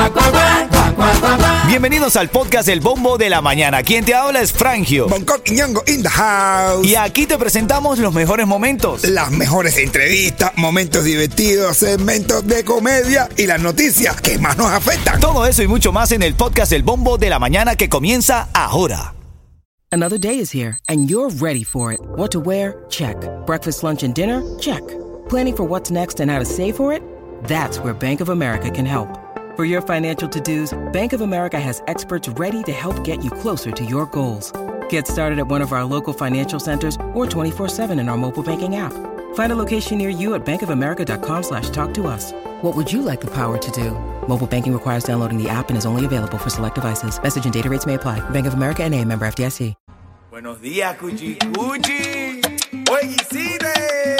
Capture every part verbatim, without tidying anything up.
Bienvenidos al podcast El Bombo de la Mañana. Quien te habla es Frangio. Bangkok y Ñongo in the house. Y aquí te presentamos los mejores momentos. Las mejores entrevistas, momentos divertidos, segmentos de comedia y las noticias que más nos afectan. Todo eso y mucho más en el podcast El Bombo de la Mañana que comienza ahora. Another day is here and you're ready for it. What to wear? Check. Breakfast, lunch, and dinner? Check. Planning for what's next and how to save for it? That's where Bank of America can help. For your financial to-dos, Bank of America has experts ready to help get you closer to your goals. Get started at one of our local financial centers or twenty-four seven in our mobile banking app. Find a location near you at bankofamerica.com slash talk to us. What would you like the power to do? Mobile banking requires downloading the app and is only available for select devices. Message and data rates may apply. Bank of America N A, member F D I C. Buenos días, Cuchi. Cuchi. Oye, Guiside.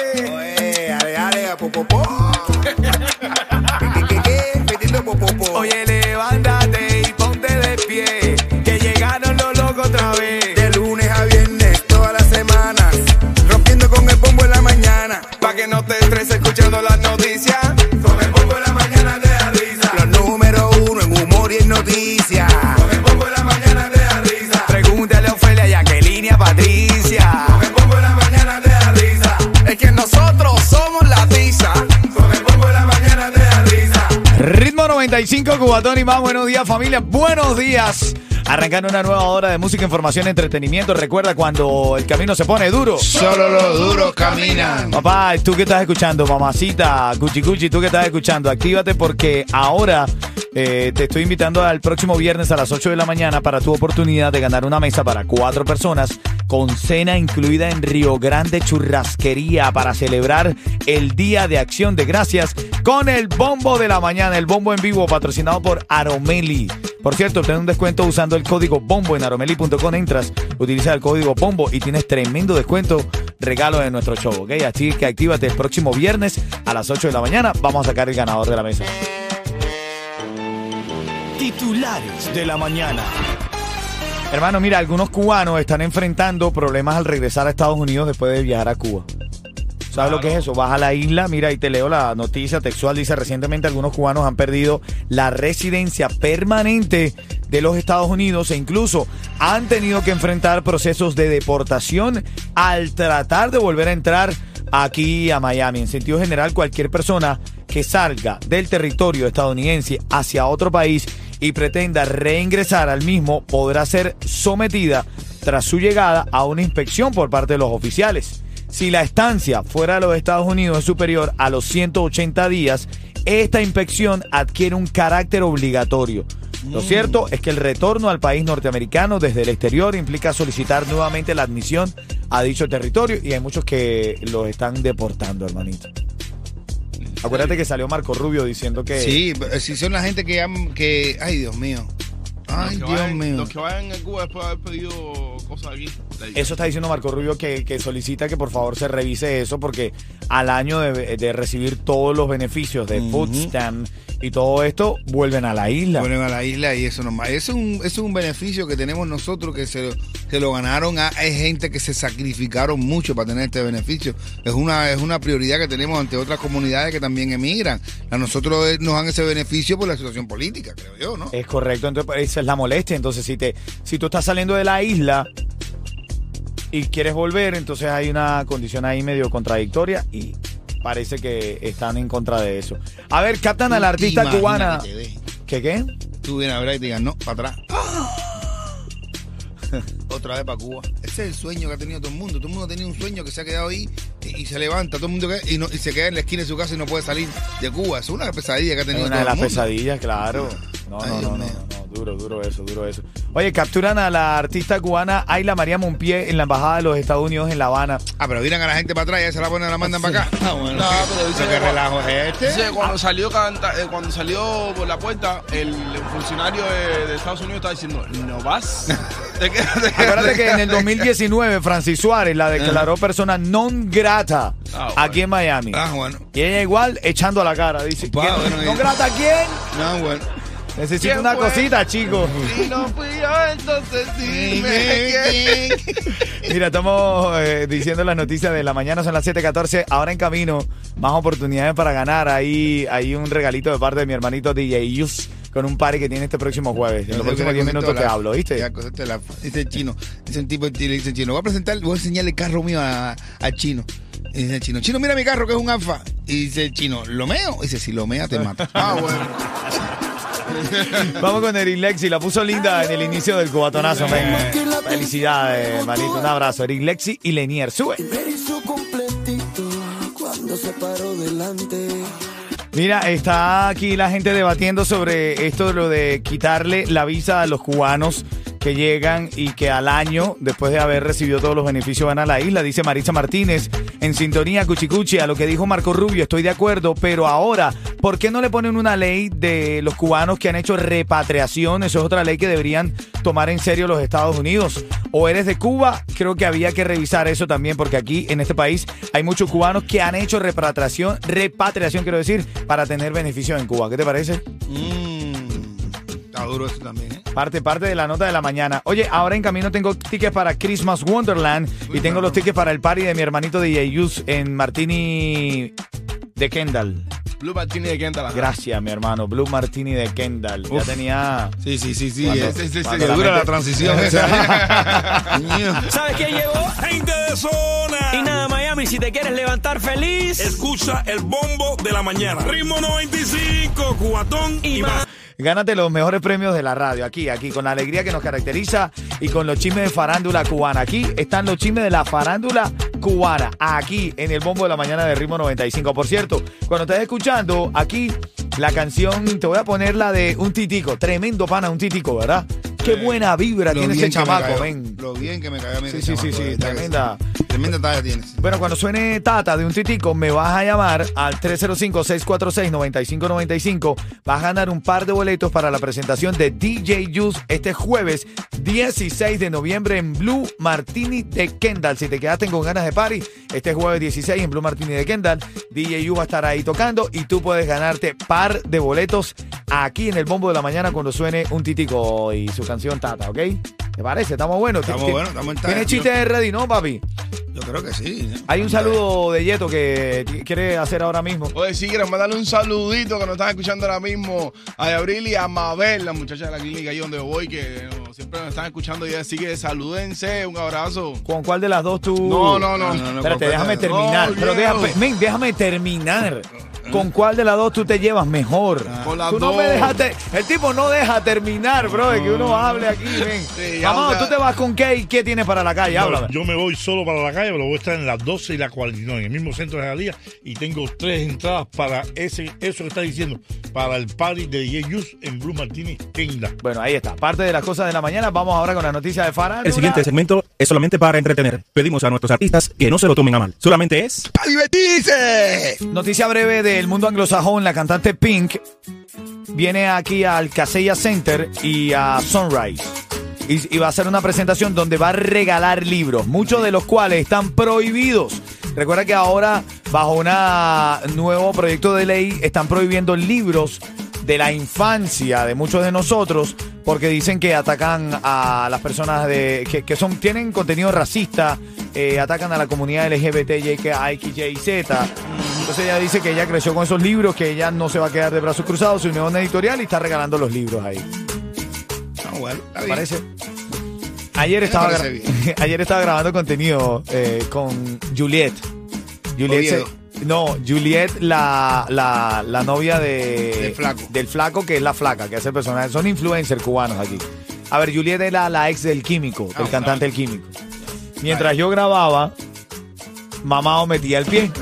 Oye, ale, ale, popopó. ¿Qué, qué, qué? Metiendo popopó. Oye, levántate y ponte de pie, que llegaron los locos otra vez. De lunes a viernes, todas las semanas, rompiendo con el bombo en la mañana. Pa' que no te estreses escuchando las noticias. Con el bombo en la mañana te da risa. Los número uno en humor y en noticias. Con el bombo en la mañana te da risa. Pregúntale a Ofelia, Jacqueline y a Patricia. Con el bombo en la mañana te da risa. Es que nosotros somos la tiza. Con el bombo en la mañana te da risa. Ritmo noventa y cinco, Cubatón y más. Buenos días, familia. Buenos días. Arrancando una nueva hora de música, información, entretenimiento. Recuerda cuando el camino se pone duro. Solo los duros caminan. Papá, tú que estás escuchando, mamacita, cuchi cuchi, tú que estás escuchando, actívate porque ahora eh, te estoy invitando al próximo viernes a las ocho de la mañana para tu oportunidad de ganar una mesa para cuatro personas con cena incluida en Río Grande Churrasquería para celebrar el Día de Acción de Gracias con el Bombo de la Mañana, el Bombo en vivo patrocinado por Aromeli. Por cierto, obtén un descuento usando el código BOMBO en aromeli punto com. Entras, utiliza el código BOMBO y tienes tremendo descuento, regalo de nuestro show, ¿ok? Así que actívate el próximo viernes a las ocho de la mañana. Vamos a sacar el ganador de la mesa. Titulares de la mañana. Hermano, mira, algunos cubanos están enfrentando problemas al regresar a Estados Unidos después de viajar a Cuba. ¿Sabes claro lo que es eso? Vas a la isla, mira, y te leo la noticia textual. Dice, recientemente algunos cubanos han perdido la residencia permanente de los Estados Unidos e incluso han tenido que enfrentar procesos de deportación al tratar de volver a entrar aquí a Miami. En sentido general, cualquier persona que salga del territorio estadounidense hacia otro país y pretenda reingresar al mismo podrá ser sometida tras su llegada a una inspección por parte de los oficiales. Si la estancia fuera de los Estados Unidos es superior a los ciento ochenta días, esta inspección adquiere un carácter obligatorio. Lo cierto es que el retorno al país norteamericano desde el exterior implica solicitar nuevamente la admisión a dicho territorio y hay muchos que los están deportando, hermanito. Acuérdate que salió Marco Rubio diciendo que... Sí, si son la gente que... que ay, Dios mío. Ay, Dios vayan, mío. Los que vayan a Cuba después de haber pedido cosas aquí. Eso está diciendo Marco Rubio que, que solicita que por favor se revise eso porque al año de, de recibir todos los beneficios de uh-huh. food stamp y todo esto, vuelven a la isla. Vuelven a la isla y eso nomás. Es un, es un beneficio que tenemos nosotros que se, se lo ganaron a hay gente que se sacrificaron mucho para tener este beneficio. Es una, es una prioridad que tenemos ante otras comunidades que también emigran. A nosotros nos dan ese beneficio por la situación política, creo yo, ¿no? Es correcto, entonces esa es la molestia. Entonces, si te, si tú estás saliendo de la isla y quieres volver, entonces hay una condición ahí medio contradictoria y parece que están en contra de eso. A ver, captan a la artista cubana. ¿Qué qué? Tú vienes a ver y te digan, no, para atrás. Otra vez para Cuba. Ese es el sueño que ha tenido todo el mundo. Todo el mundo ha tenido un sueño que se ha quedado ahí y, y se levanta. Todo el mundo que, y, no, y se queda en la esquina de su casa y no puede salir de Cuba. Es una pesadilla que ha tenido es una todo de las el mundo. pesadillas, claro. No, Ay, no, no, no, Dios no, no, duro, duro eso, duro eso. Oye, capturan a la artista cubana Ayla María Monpié en la embajada de los Estados Unidos en La Habana. Ah, pero viran a la gente para atrás y ya se la ponen y la mandan para acá. Ah, bueno. No, pero dice ¿Qué relajo es este? Dice, cuando salió canta, eh, cuando salió por la puerta, el, el funcionario de, de Estados Unidos estaba diciendo, ¿no vas? ¿Te quedas, te quedas, Acuérdate que en el dos mil diecinueve Francis Suárez la declaró persona non grata ah, bueno. aquí en Miami. Ah, bueno. Y ella igual echando a la cara, dice, Upa, ¿quién? bueno, ¿Non y- grata quién? No, bueno. Necesito una fue? cosita, chicos. Si no fui yo, entonces dime quién. Mira, estamos eh, diciendo las noticias de la mañana, son las siete catorce. Ahora en camino, más oportunidades para ganar. Ahí hay un regalito de parte de mi hermanito D J Yus con un party que tiene este próximo jueves. En los próximos diez minutos te hablo, ¿viste? Ya, la, dice el chino, dice un tipo, le dice el chino, voy a presentar, voy a enseñarle el carro mío al chino. Y dice el chino, chino, mira mi carro que es un Alfa. Y dice el chino, ¿lo meo? Y dice, si lo mea te mato. Ah, bueno. Vamos con Eric Lexi, la puso linda en el inicio del cubatonazo, men. Felicidades, manito, un abrazo. Eric Lexi y Lenier, sube. Mira, está aquí la gente debatiendo sobre esto de lo de quitarle la visa a los cubanos que llegan y que al año, después de haber recibido todos los beneficios, van a la isla. Dice Maritza Martínez, en sintonía, cuchicuchi, a lo que dijo Marco Rubio, estoy de acuerdo, pero ahora, ¿por qué no le ponen una ley de los cubanos que han hecho repatriación? Eso es otra ley que deberían tomar en serio los Estados Unidos. O eres de Cuba, creo que había que revisar eso también, porque aquí en este país hay muchos cubanos que han hecho repatriación, repatriación quiero decir, para tener beneficios en Cuba. ¿Qué te parece? Mm, está duro eso también, ¿eh? Parte, parte de la nota de la mañana. Oye, ahora en camino tengo tickets para Christmas Wonderland y tengo los tickets para el party de mi hermanito D J Yus en Martini de Kendall. Blue Martini de Kendall. Gracias, mi hermano. Blue Martini de Kendall. Uf. Ya tenía... Sí, sí, sí, sí. Cuando- es, es, es, cuando es la dura mente- la transición esa. Mío. ¿Sabes quién llegó? Gente de zona. Y nada, Miami, si te quieres levantar feliz. Escucha el bombo de la mañana. Ritmo noventa y cinco, Cubatón y, Y más. más. Gánate los mejores premios de la radio. Aquí, aquí, con la alegría que nos caracteriza y con los chismes de farándula cubana. Aquí están los chismes de la farándula cubana. Aquí, en el bombo de la mañana de Ritmo noventa y cinco. Por cierto, cuando estés escuchando aquí la canción, te voy a poner la de Un Titico. Tremendo pana, Un Titico, ¿verdad? Qué buena vibra Lo tiene bien ese que me chamaco, cayó, ven. Lo bien que me cayó a mí Sí, ese sí, sí, chamaco, sí, de verdad que tremenda. sí. Tremenda talla tienes. Bueno, cuando suene Tata de Un Titico, me vas a llamar al tres cero cinco, seis cuatro seis, nueve cinco nueve cinco. Vas a ganar un par de boletos para la presentación de D J Yus este jueves dieciséis de noviembre en Blue Martini de Kendall. Si te quedaste con ganas de party, este jueves dieciséis en Blue Martini de Kendall, D J Yus va a estar ahí tocando y tú puedes ganarte par de boletos aquí en el bombo de la mañana cuando suene Un Titico y su canción Tata, ¿ok? ¿Te parece? ¿Estamos buenos? Estamos ¿Tien- buenos, estamos en ¿Tienes talla, chistes ready, no, papi? Yo creo que sí. ¿eh? Hay un saludo de Yeto que t- quiere hacer ahora mismo. Oye, sí, quiero mandarle un saludito que nos están escuchando ahora mismo a Abril y a Mabel, la muchacha de la clínica ahí donde voy, que no, siempre nos están escuchando y así que salúdense, un abrazo. ¿Con cuál de las dos tú? No, no, no. No, no, no, Espérate, por déjame favor. terminar. No, pero viejo. déjame, men, déjame terminar. ¿Con cuál de las dos tú te llevas mejor? Con las tú no dos. me dejaste. El tipo no deja terminar, bro, de que uno hable aquí, ven. Sí, ya, Mamá, o sea- tú te vas con qué y qué tienes para la calle, No, háblame. yo me voy solo para la calle, pero voy a estar en las doce y la cuarenta y nueve, en el mismo centro de Jalía, y tengo tres entradas para ese eso que está diciendo, para el party de D J Yus en Blue Martini Kendall. Bueno, ahí está. Parte de las cosas de la mañana. Vamos ahora con la noticia de farándula. El siguiente segmento es solamente para entretener. Pedimos a nuestros artistas que no se lo tomen a mal. Solamente es... ¡Para divertirse! Noticia breve del mundo anglosajón. La cantante Pink viene aquí al Casella Center y a Sunrise. Y, y va a hacer una presentación donde va a regalar libros, muchos de los cuales están prohibidos. Recuerda que ahora, bajo un nuevo proyecto de ley, están prohibiendo libros de la infancia de muchos de nosotros porque dicen que atacan a las personas de que, que son tienen contenido racista, eh, atacan a la comunidad L G B T Y X Y Z. Entonces ella dice que ella creció con esos libros, que ella no se va a quedar de brazos cruzados, se unió a una editorial y está regalando los libros ahí. No, bueno, está ¿Te bien. parece? Ayer estaba, parece gra- ayer estaba grabando contenido eh, con Juliet. Juliet se- Oviedo. no, Juliet, la, la, la novia de, Del flaco. del flaco, que es la flaca, que hace el personaje. Son influencers cubanos aquí. A ver, Juliet es la, la ex del Químico, del Ah, cantante del Químico. Mientras yo grababa, Mamao metía el pie.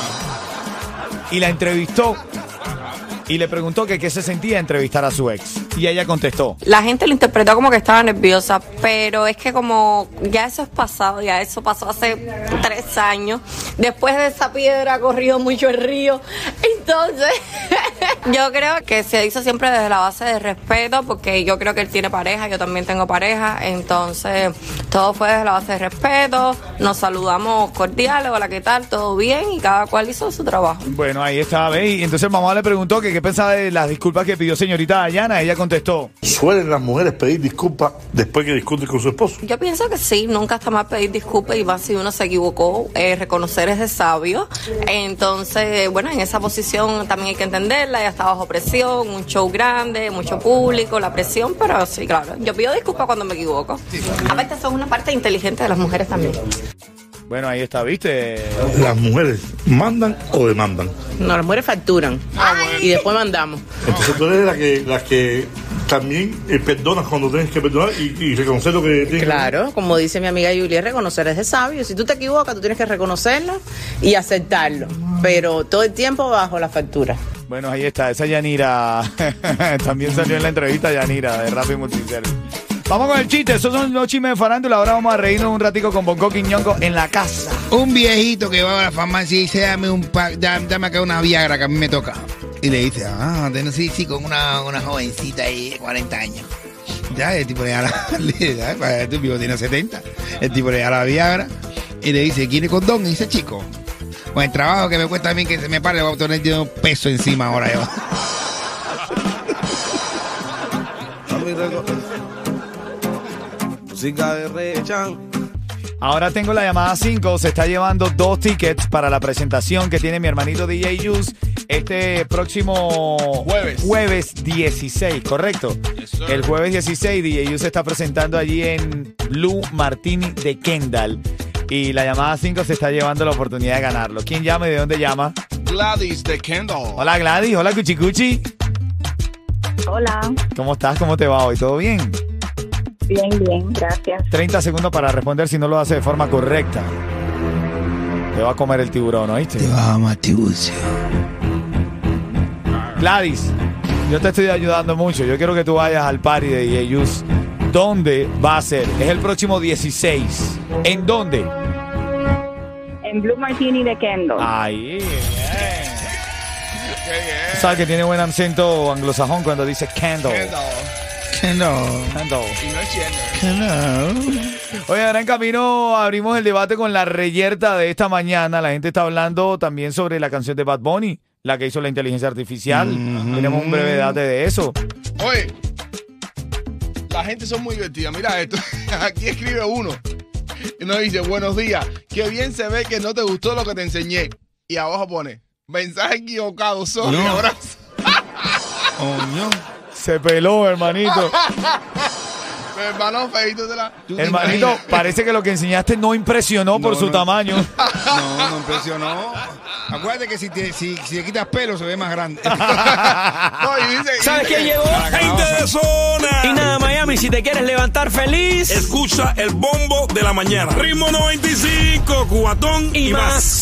Y la entrevistó. Y le preguntó que qué se sentía entrevistar a su ex. Y ella contestó. La gente lo interpretó como que estaba nerviosa, pero es que como ya eso es pasado, ya eso pasó hace tres años. Después de esa piedra ha corrido mucho el río. Entonces, yo creo que se hizo siempre desde la base de respeto, porque yo creo que él tiene pareja, yo también tengo pareja. Entonces, todo fue desde la base de respeto. Nos saludamos cordiales, hola, ¿qué tal? ¿Todo bien? Y cada cual hizo su trabajo. Bueno, ahí está, ¿ves? Y entonces mamá le preguntó que qué pensaba de las disculpas que pidió señorita Dayana. Ella contestó. ¿Suelen las mujeres pedir disculpas después que discuten con su esposo? Yo pienso que sí, nunca está mal pedir disculpas y más si uno se equivocó, eh, reconocer es de sabio. Entonces, bueno, en esa posición también hay que entenderla, ella está bajo presión, un show grande, mucho público, la presión, pero sí, claro, yo pido disculpas cuando me equivoco. Aparte, son una parte inteligente de las mujeres también. Bueno, ahí está, ¿viste? ¿Las mujeres mandan o demandan? No, las mujeres facturan y después mandamos. Entonces tú eres la que, la que también eh, perdonas cuando tienes que perdonar y, y reconocer lo que tienes. Claro, como dice mi amiga Julia, reconocer es de sabio. Si tú te equivocas, tú tienes que reconocerlo y aceptarlo, pero todo el tiempo bajo la factura. Bueno, ahí está, esa Yanira. También salió en la entrevista Yanira de Rappi Multiservice. Vamos con el chiste, esos son los chismes de farándula. Ahora vamos a reírnos un ratico con Bonco Quiñongo en la casa. Un viejito que va a la farmacia y dice, dame un pa dame, dame acá una Viagra que a mí me toca. Y le dice, ah, sí, sí, con una, una jovencita ahí de cuarenta años. Ya, el tipo le da la... El tipo tiene setenta. El tipo le da la Viagra y le dice, ¿quiere condón? Y dice, chico, con el trabajo que me cuesta a mí que se me pare, le voy a tener un peso encima ahora yo. Música de Rechan. Ahora tengo la llamada cinco. Se está llevando dos tickets para la presentación que tiene mi hermanito D J Juice este próximo jueves, jueves dieciséis, ¿correcto? Yes, sir. El jueves dieciséis D J Juice se está presentando allí en Blue Martini de Kendall. Y la llamada cinco se está llevando la oportunidad de ganarlo. ¿Quién llama y de dónde llama? Gladys de Kendall. Hola Gladys, hola Cuchicuchi. Hola. ¿Cómo estás? ¿Cómo te va hoy? ¿Todo bien? Bien, bien, gracias. treinta segundos para responder si no lo hace de forma correcta. Te va a comer el tiburón, ¿oíste? Te va a matar tiburón. Gladys, yo te estoy ayudando mucho. Yo quiero que tú vayas al party de D J Juice. ¿Dónde va a ser? Es el próximo dieciséis. ¿En dónde? En Blue Martini de Kendall. Ahí, bien. ¿Sabes que tiene buen acento anglosajón cuando dice Kendall? Kendall. Kendall. Kendall. Y no es Jenner. Kendall. Oye, ahora en camino abrimos el debate con la reyerta de esta mañana. La gente está hablando también sobre la canción de Bad Bunny, la que hizo la inteligencia artificial. Mm-hmm. Tenemos un breve debate de eso. Oye, la gente son muy divertida. Mira esto. Aquí escribe uno y nos dice, buenos días. Qué bien se ve que no te gustó lo que te enseñé. Y abajo pone, mensaje equivocado. Sorry, no. Abrazo. Oh, no. Se peló, hermanito. Hermano, feito de la... Hermanito, parece que lo que enseñaste no impresionó no, por su no. tamaño. No, no impresionó. Acuérdate que si te, si, si te quitas pelo se ve más grande. No, y dice, ¿sabes quién llegó? Gente de zona. Y nada, Miami, si te quieres levantar feliz, escucha el bombo de la mañana. Ritmo noventa y cinco, Cubatón y, y más. más.